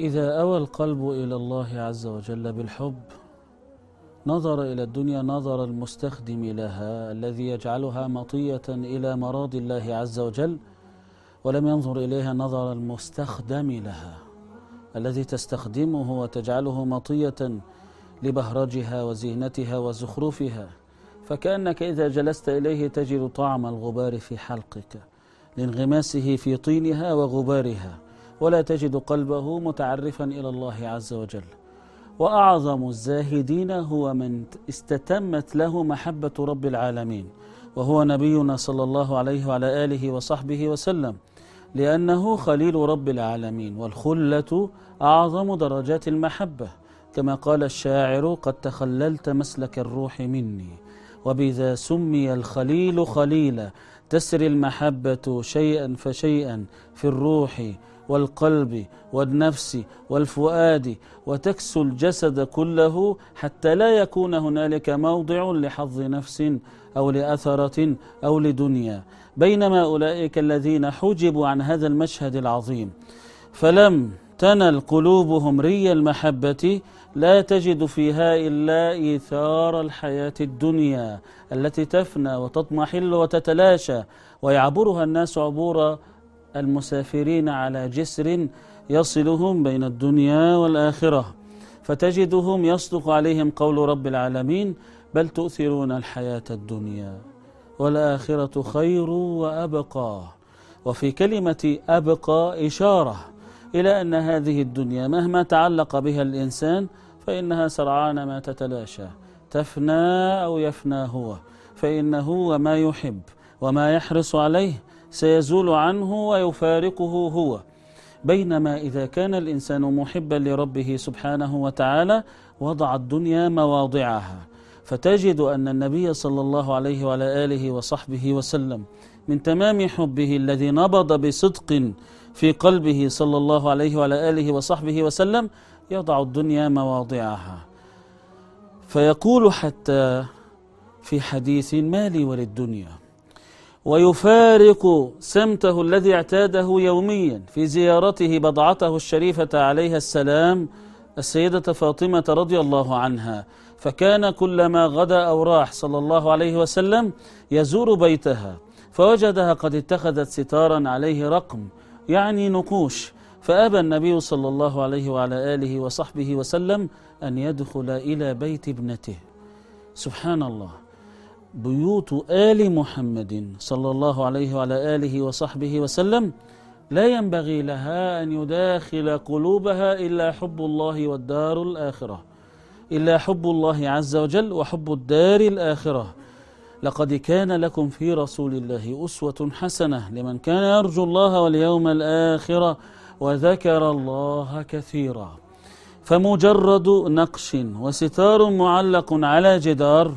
إذا أوى القلب إلى الله عز وجل بالحب نظر إلى الدنيا نظر المستخدم لها الذي يجعلها مطية إلى مراضي الله عز وجل، ولم ينظر إليها نظر المستخدم لها الذي تستخدمه وتجعله مطية لبهرجها وزينتها وزخرفها، فكأنك إذا جلست إليه تجد طعم الغبار في حلقك لانغماسه في طينها وغبارها، ولا تجد قلبه متعرفا إلى الله عز وجل. وأعظم الزاهدين هو من استتمت له محبة رب العالمين، وهو نبينا صلى الله عليه وعلى آله وصحبه وسلم، لأنه خليل رب العالمين، والخلة أعظم درجات المحبة، كما قال الشاعر: قد تخللت مسلك الروح مني، وبذا سمي الخليل خليلا، تسري المحبة شيئا فشيئا في الروح والقلب والنفس والفؤاد، وتكسو الجسد كله حتى لا يكون هنالك موضع لحظ نفس أو لأثرة أو لدنيا، بينما أولئك الذين حجبوا عن هذا المشهد العظيم فلم تنل قلوبهم ري المحبة لا تجد فيها إلا إيثار الحياة الدنيا التي تفنى وتضمحل وتتلاشى، ويعبرها الناس عبور المسافرين على جسر يصلهم بين الدنيا والآخرة، فتجدهم يصدق عليهم قول رب العالمين: بل تؤثرون الحياة الدنيا والآخرة خير وأبقى. وفي كلمة أبقى إشارة إلى أن هذه الدنيا مهما تعلق بها الإنسان فإنها سرعان ما تتلاشى، تفنى أو يفنى هو، فإنه وما يحب وما يحرص عليه سيزول عنه ويفارقه هو. بينما إذا كان الإنسان محبا لربه سبحانه وتعالى وضع الدنيا مواضعها، فتجد أن النبي صلى الله عليه وعلى آله وصحبه وسلم من تمام حبه الذي نبض بصدق في قلبه صلى الله عليه وعلى آله وصحبه وسلم يضع الدنيا مواضعها، فيقول حتى في حديث: ما لي وللدنيا، ويفارق سمته الذي اعتاده يوميا في زيارته بضعته الشريفة عليها السلام السيدة فاطمة رضي الله عنها، فكان كلما غدا أو راح صلى الله عليه وسلم يزور بيتها فوجدها قد اتخذت ستارا عليه رقم، يعني نقوش، فأبى النبي صلى الله عليه وعلى آله وصحبه وسلم أن يدخل إلى بيت ابنته. سبحان الله، بيوت آل محمد صلى الله عليه وعلى آله وصحبه وسلم لا ينبغي لها أن يداخل قلوبها إلا حب الله والدار الآخرة، إلا حب الله عز وجل وحب الدار الآخرة. لقد كان لكم في رسول الله أسوة حسنة لمن كان يرجو الله واليوم الآخر وذكر الله كثيرا. فمجرد نقش وستار معلق على جدار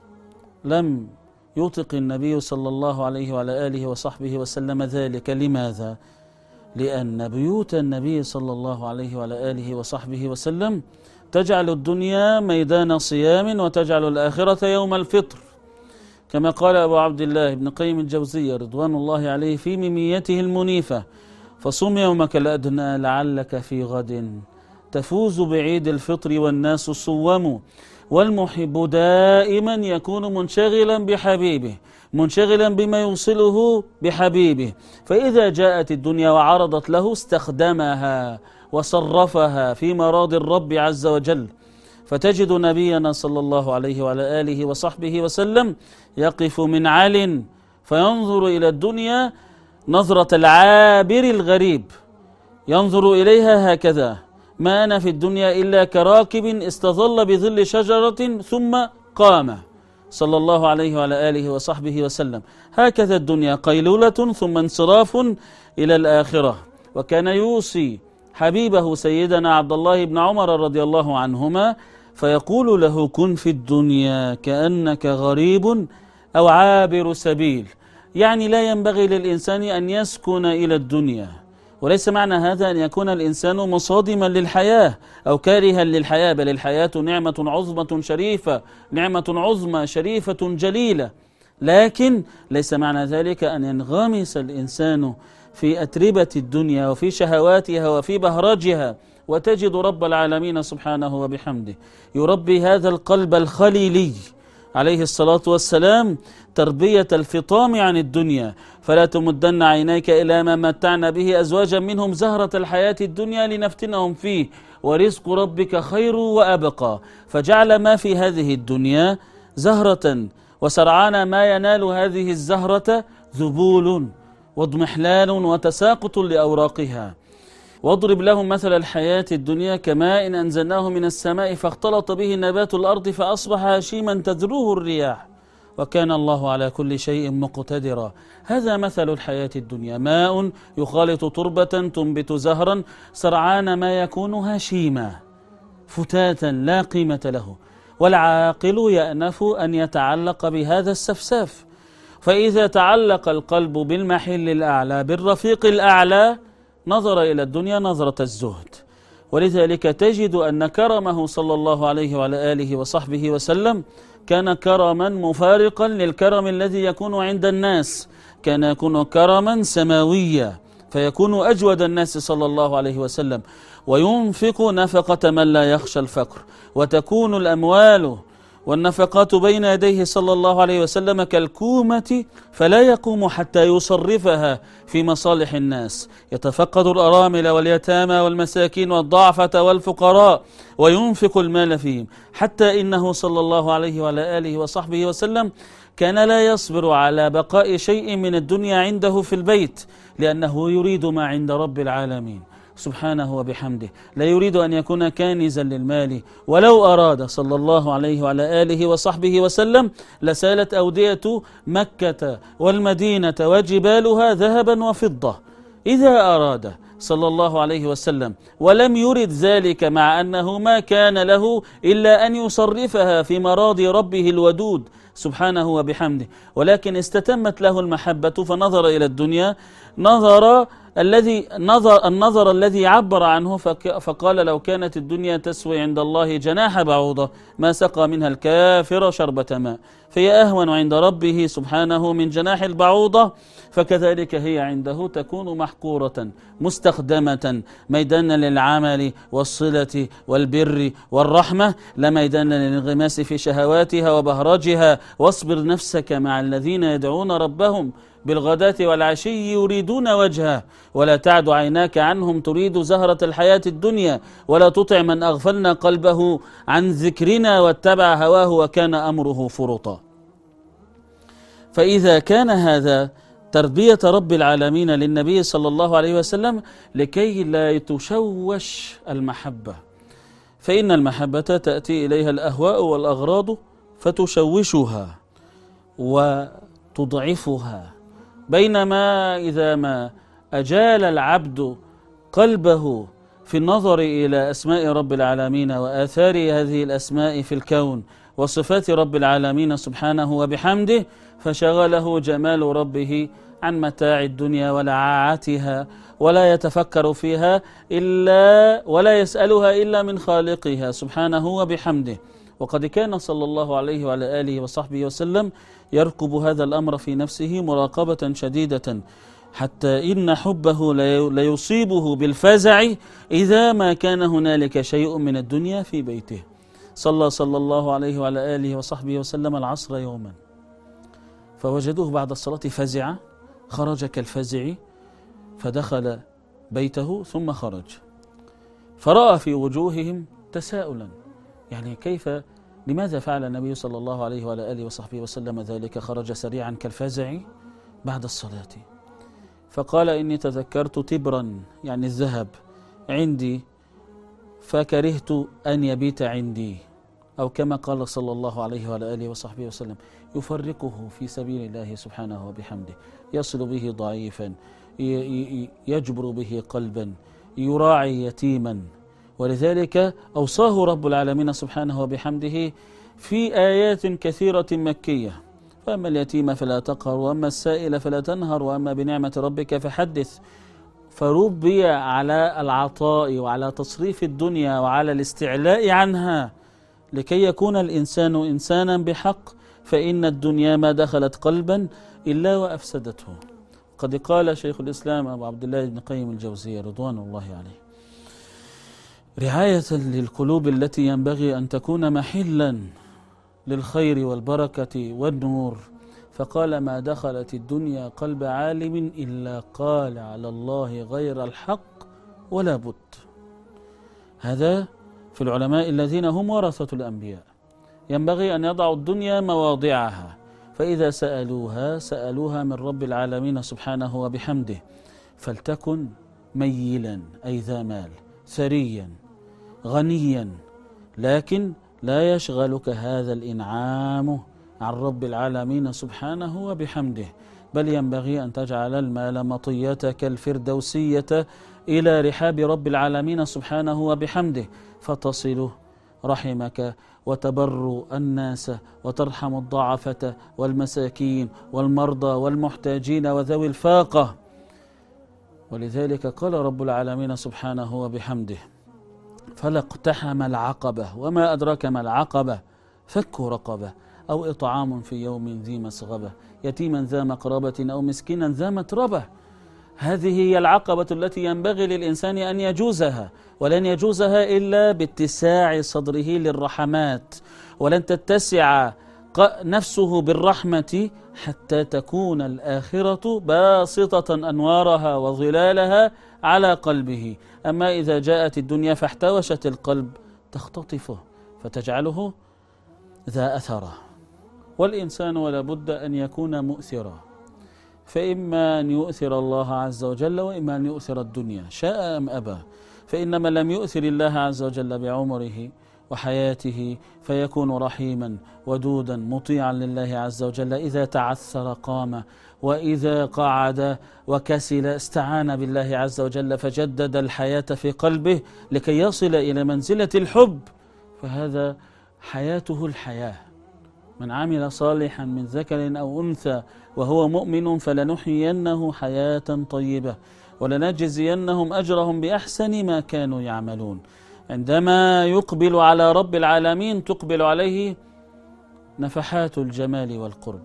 لم يطق النبي صلى الله عليه وعلى آله وصحبه وسلم ذلك. لماذا؟ لأن بيوت النبي صلى الله عليه وعلى آله وصحبه وسلم تجعل الدنيا ميدان صيام وتجعل الآخرة يوم الفطر، كما قال أبو عبد الله ابن قيم الجوزية رضوان الله عليه في ميميته المنيفة: فصم يومك الأدنى لعلك في غد تفوز بعيد الفطر والناس صوموا. والمحب دائما يكون منشغلا بحبيبه، منشغلا بما يوصله بحبيبه، فإذا جاءت الدنيا وعرضت له استخدمها وصرفها في مراضي الرب عز وجل. فتجد نبينا صلى الله عليه وعلى آله وصحبه وسلم يقف من عال فينظر إلى الدنيا نظرة العابر الغريب، ينظر إليها هكذا: ما أنا في الدنيا إلا كراكب استظل بظل شجرة ثم قام، صلى الله عليه وعلى آله وصحبه وسلم. هكذا الدنيا قيلولة ثم انصراف إلى الآخرة. وكان يوصي حبيبه سيدنا عبد الله بن عمر رضي الله عنهما فيقول له: كن في الدنيا كأنك غريب أو عابر سبيل، يعني لا ينبغي للإنسان أن يسكن إلى الدنيا، وليس معنى هذا أن يكون الإنسان مصادما للحياة أو كارها للحياة، بل الحياة نعمة عظمى شريفة، نعمة عظمى شريفة جليلة، لكن ليس معنى ذلك أن ينغمس الإنسان في أتربة الدنيا وفي شهواتها وفي بهرجها وتجد رب العالمين سبحانه وبحمده يربي هذا القلب الخليلي عليه الصلاة والسلام تربية الفطام عن الدنيا. فلا تمدن عينيك إلى ما متعنا به أزواجا منهم زهرة الحياة الدنيا لنفتنهم فيه ورزق ربك خير وأبقى. فجعل ما في هذه الدنيا زهرة، وسرعان ما ينال هذه الزهرة ذبول واضمحلال وتساقط لأوراقها. واضرب لهم مثل الحياة الدنيا كماء أنزلناه من السماء فاختلط به نبات الأرض فأصبح هشيما تذروه الرياح وكان الله على كل شيء مقتدرا. هذا مثل الحياة الدنيا، ماء يخالط تربة تنبت زهرا سرعان ما يكون هشيما فتاتا لا قيمة له، والعاقل يأنف أن يتعلق بهذا السفساف. فإذا تعلق القلب بالمحل الأعلى بالرفيق الأعلى نظر إلى الدنيا نظرة الزهد. ولذلك تجد أن كرمه صلى الله عليه وعلى آله وصحبه وسلم كان كرما مفارقا للكرم الذي يكون عند الناس، كان يكون كرما سماويا، فيكون أجود الناس صلى الله عليه وسلم وينفق نفقة من لا يخشى الفقر، وتكون الأموال والنفقات بين يديه صلى الله عليه وسلم كالكومة فلا يقوم حتى يصرفها في مصالح الناس، يتفقد الأرامل واليتامى والمساكين والضعفة والفقراء وينفق المال فيهم، حتى إنه صلى الله عليه وعلى آله وصحبه وسلم كان لا يصبر على بقاء شيء من الدنيا عنده في البيت، لأنه يريد ما عند رب العالمين سبحانه وبحمده، لا يريد أن يكون كانزا للمال. ولو أراد صلى الله عليه وعلى آله وصحبه وسلم لسالت أودية مكة والمدينة وجبالها ذهبا وفضة إذا أراد صلى الله عليه وسلم، ولم يرد ذلك مع أنه ما كان له إلا أن يصرفها في مراضي ربه الودود سبحانه وبحمده، ولكن استتمت له المحبة فنظر إلى الدنيا النظر الذي عبر عنه فقال لو كانت الدنيا تسوي عند الله جناح بعوضة ما سقى منها الكافر شربة ماء، فهي أهون عند ربه سبحانه من جناح البعوضة، فكذلك هي عنده تكون محقورة مستخدمة ميدانا للعمل والصلة والبر والرحمة، لا ميدانا للانغماس في شهواتها وبهرجها. واصبر نفسك مع الذين يدعون ربهم بالغداة والعشي يريدون وجهه ولا تعد عيناك عنهم تريد زهرة الحياة الدنيا ولا تطع من أغفلنا قلبه عن ذكرنا واتبع هواه وكان أمره فرطا. فإذا كان هذا تربية رب العالمين للنبي صلى الله عليه وسلم لكي لا تشوش المحبة، فإن المحبة تأتي إليها الأهواء والأغراض فتشوشها وتضعفها، بينما إذا ما أجال العبد قلبه في النظر إلى أسماء رب العالمين وآثار هذه الأسماء في الكون وصفات رب العالمين سبحانه وبحمده فشغله جمال ربه عن متاع الدنيا ولعاعتها، ولا يتفكر فيها ولا يسألها إلا من خالقها سبحانه وبحمده. وقد كان صلى الله عليه وعلى آله وصحبه وسلم يركب هذا الأمر في نفسه مراقبة شديدة، حتى إن حبه ليصيبه بالفزع إذا ما كان هنالك شيء من الدنيا في بيته. صلى الله عليه وعلى آله وصحبه وسلم العصر يوما فوجدوه بعد الصلاة فزع، خرج كالفزع فدخل بيته ثم خرج، فرأى في وجوههم تساؤلا، يعني لماذا فعل النبي صلى الله عليه وعلى آله وصحبه وسلم ذلك؟ خرج سريعا كالفزع بعد الصلاة. فقال إني تذكرت تبرا يعني الذهب عندي فكرهت أن يبيت عندي، أو كما قال صلى الله عليه وعلى آله وصحبه وسلم يفرقه في سبيل الله سبحانه وبحمده، يصل به ضعيفا، يجبر به قلبا، يراعي يتيما. ولذلك أوصاه رب العالمين سبحانه وبحمده في آيات كثيرة مكية: فأما اليتيم فلا تقهر وأما السائل فلا تنهر وأما بنعمة ربك فحدث. فربي على العطاء وعلى تصريف الدنيا وعلى الاستعلاء عنها لكي يكون الإنسان إنسانا بحق، فإن الدنيا ما دخلت قلبا إلا وأفسدته. قد قال شيخ الإسلام أبو عبد الله بن قيم الجوزية رضوان الله عليه: رعاية للقلوب التي ينبغي أن تكون محلا للخير والبركة والنور. فقال: ما دخلت الدنيا قلب عالم إلا قال على الله غير الحق ولا بد. هذا في العلماء الذين هم ورثة الأنبياء، ينبغي أن يضعوا الدنيا مواضعها، فإذا سألوها من رب العالمين سبحانه وبحمده، فلتكن ميلا أي ذا مال، ثريا غنيا، لكن لا يشغلك هذا الإنعام عن رب العالمين سبحانه وبحمده، بل ينبغي أن تجعل المال مطيتك الفردوسية إلى رحاب رب العالمين سبحانه وبحمده، فتصل رحمك وتبر الناس وترحم الضعفة والمساكين والمرضى والمحتاجين وذوي الفاقة. ولذلك قال رب العالمين سبحانه وبحمده: فلا اقتحم العقبة وما أدراك ما العقبة فك رقبة أو إطعام في يوم ذي مسغبة يتيما ذا مقربة أو مسكينا ذا متربة. هذه هي العقبة التي ينبغي للإنسان أن يجوزها، ولن يجوزها إلا باتساع صدره للرحمات، ولن تتسع نفسه بالرحمة حتى تكون الآخرة باسطة أنوارها وظلالها على قلبه. أما إذا جاءت الدنيا فاحتوشت القلب تختطفه فتجعله ذا أثره. والإنسان ولا بد أن يكون مؤثرا، فإما أن يؤثر الله عز وجل وإما أن يؤثر الدنيا، شاء أم أبى. فإن من لم يؤثر الله عز وجل بعمره وحياته فيكون رحيما ودودا مطيعا لله عز وجل، إذا تعثر قام، وإذا قعد وكسل استعان بالله عز وجل فجدد الحياة في قلبه لكي يصل إلى منزلة الحب، فهذا حياته الحياة. من عمل صالحا من ذكر أو أنثى وهو مؤمن فلنحيينه حياة طيبة ولنجزينهم أجرهم بأحسن ما كانوا يعملون. عندما يقبل على رب العالمين تقبل عليه نفحات الجمال والقرب.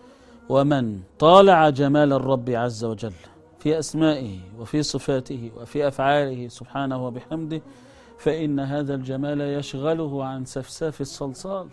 ومن طالع جمال الرب عز وجل في أسمائه وفي صفاته وفي أفعاله سبحانه وبحمده، فإن هذا الجمال يشغله عن سفساف الصلصال.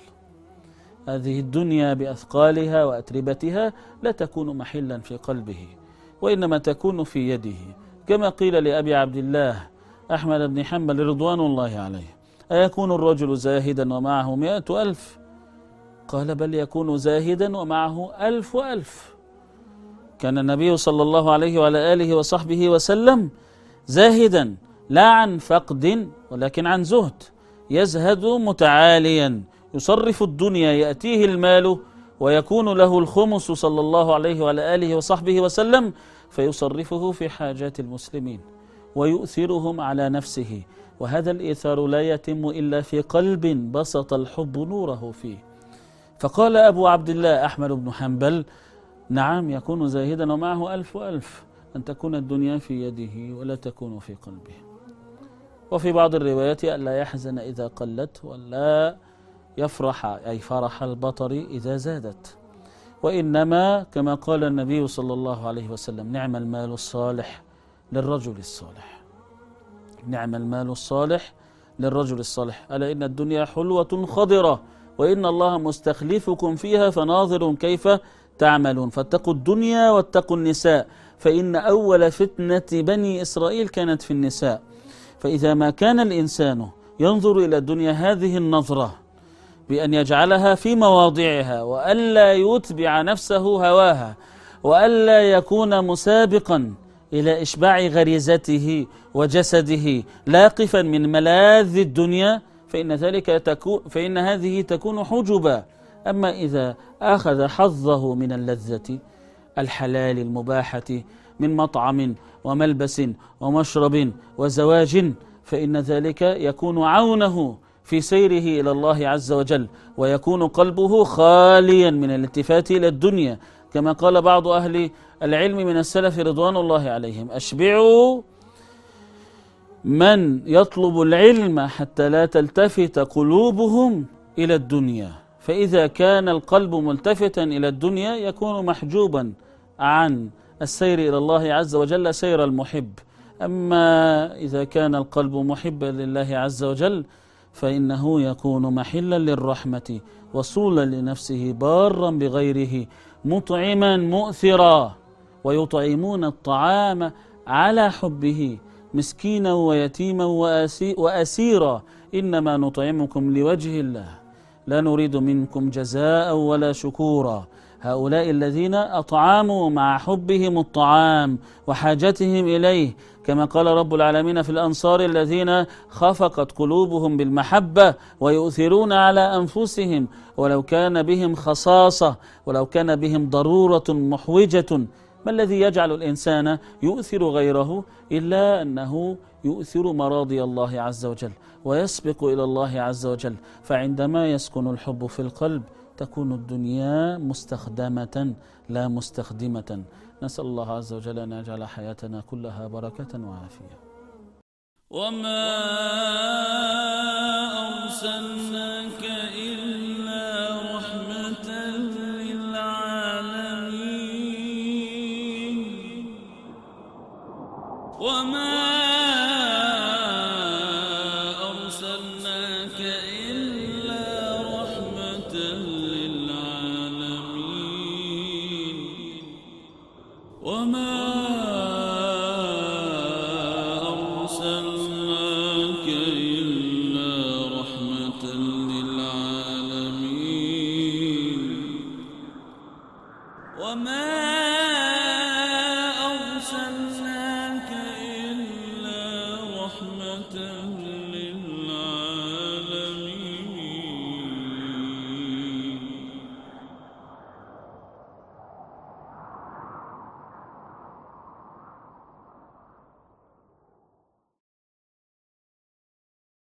هذه الدنيا بأثقالها وأتربتها لا تكون محلا في قلبه، وإنما تكون في يده، كما قيل لأبي عبد الله أحمد بن حنبل رضوان الله عليه: أيكون الرجل زاهدا ومعه 100,000؟ قال: بل يكون زاهدا ومعه 1,000. كان النبي صلى الله عليه وعلى آله وصحبه وسلم زاهدا لا عن فقد ولكن عن زهد، يزهد متعاليا، يصرف الدنيا، يأتيه المال ويكون له الخمس صلى الله عليه وعلى آله وصحبه وسلم، فيصرفه في حاجات المسلمين ويؤثرهم على نفسه. وهذا الإيثار لا يتم إلا في قلب بسط الحب نوره فيه. فقال أبو عبد الله أحمد بن حنبل: نعم، يكون زاهدا ومعه 1,000 أن تكون الدنيا في يده ولا تكون في قلبه. وفي بعض الروايات ألا يحزن إذا قلت ولا يفرح أي فرح البطر إذا زادت، وإنما كما قال النبي صلى الله عليه وسلم: نعم المال الصالح للرجل الصالح، نعم المال الصالح للرجل الصالح، ألا إن الدنيا حلوة خضرة وإن الله مستخلفكم فيها فناظر كيف تعملون. فاتقوا الدنيا واتقوا النساء، فإن أول فتنة بني إسرائيل كانت في النساء. فإذا ما كان الإنسان ينظر إلى الدنيا هذه النظرة بأن يجعلها في مواضعها، وألا يتبع نفسه هواها، وألا يكون مسابقا إلى إشباع غريزته وجسده لاقفا من ملاذ الدنيا، فإن هذه تكون حجبا. أما إذا أخذ حظه من اللذة الحلال المباحة من مطعم وملبس ومشرب وزواج، فإن ذلك يكون عونه في سيره إلى الله عز وجل، ويكون قلبه خاليا من الالتفات إلى الدنيا، كما قال بعض أهل العلم من السلف رضوان الله عليهم: أشبعوا من يطلب العلم حتى لا تلتفت قلوبهم إلى الدنيا. فإذا كان القلب ملتفتا إلى الدنيا يكون محجوبا عن السير إلى الله عز وجل سير المحب. أما إذا كان القلب محبا لله عز وجل فإنه يكون محلا للرحمة، وصولا لنفسه، بارا بغيره، مطعما مؤثرا، ويطعمون الطعام على حبه، مسكينا ويتيما وأسيرا، إنما نطعمكم لوجه الله لا نريد منكم جزاء ولا شكورا. هؤلاء الذين أطعموا مع حبهم الطعام وحاجتهم إليه، كما قال رب العالمين في الأنصار الذين خفقت قلوبهم بالمحبة ويؤثرون على أنفسهم ولو كان بهم خصاصة، ولو كان بهم ضرورة محوجة. ما الذي يجعل الإنسان يؤثر غيره إلا أنه يؤثر مراضي الله عز وجل ويسبق إلى الله عز وجل. فعندما يسكن الحب في القلب تكون الدنيا مستخدمة لا مستخدمة. نسأل الله عز وجل أن يجعل حياتنا كلها بركة وعافية. وما أرسلناك إلا رحمة للعالمين. وما أرسلناك إلا رحمة للعالمين. وما أرسلناك إلا رحمة للعالمين. وما أرسلناك إلا رحمة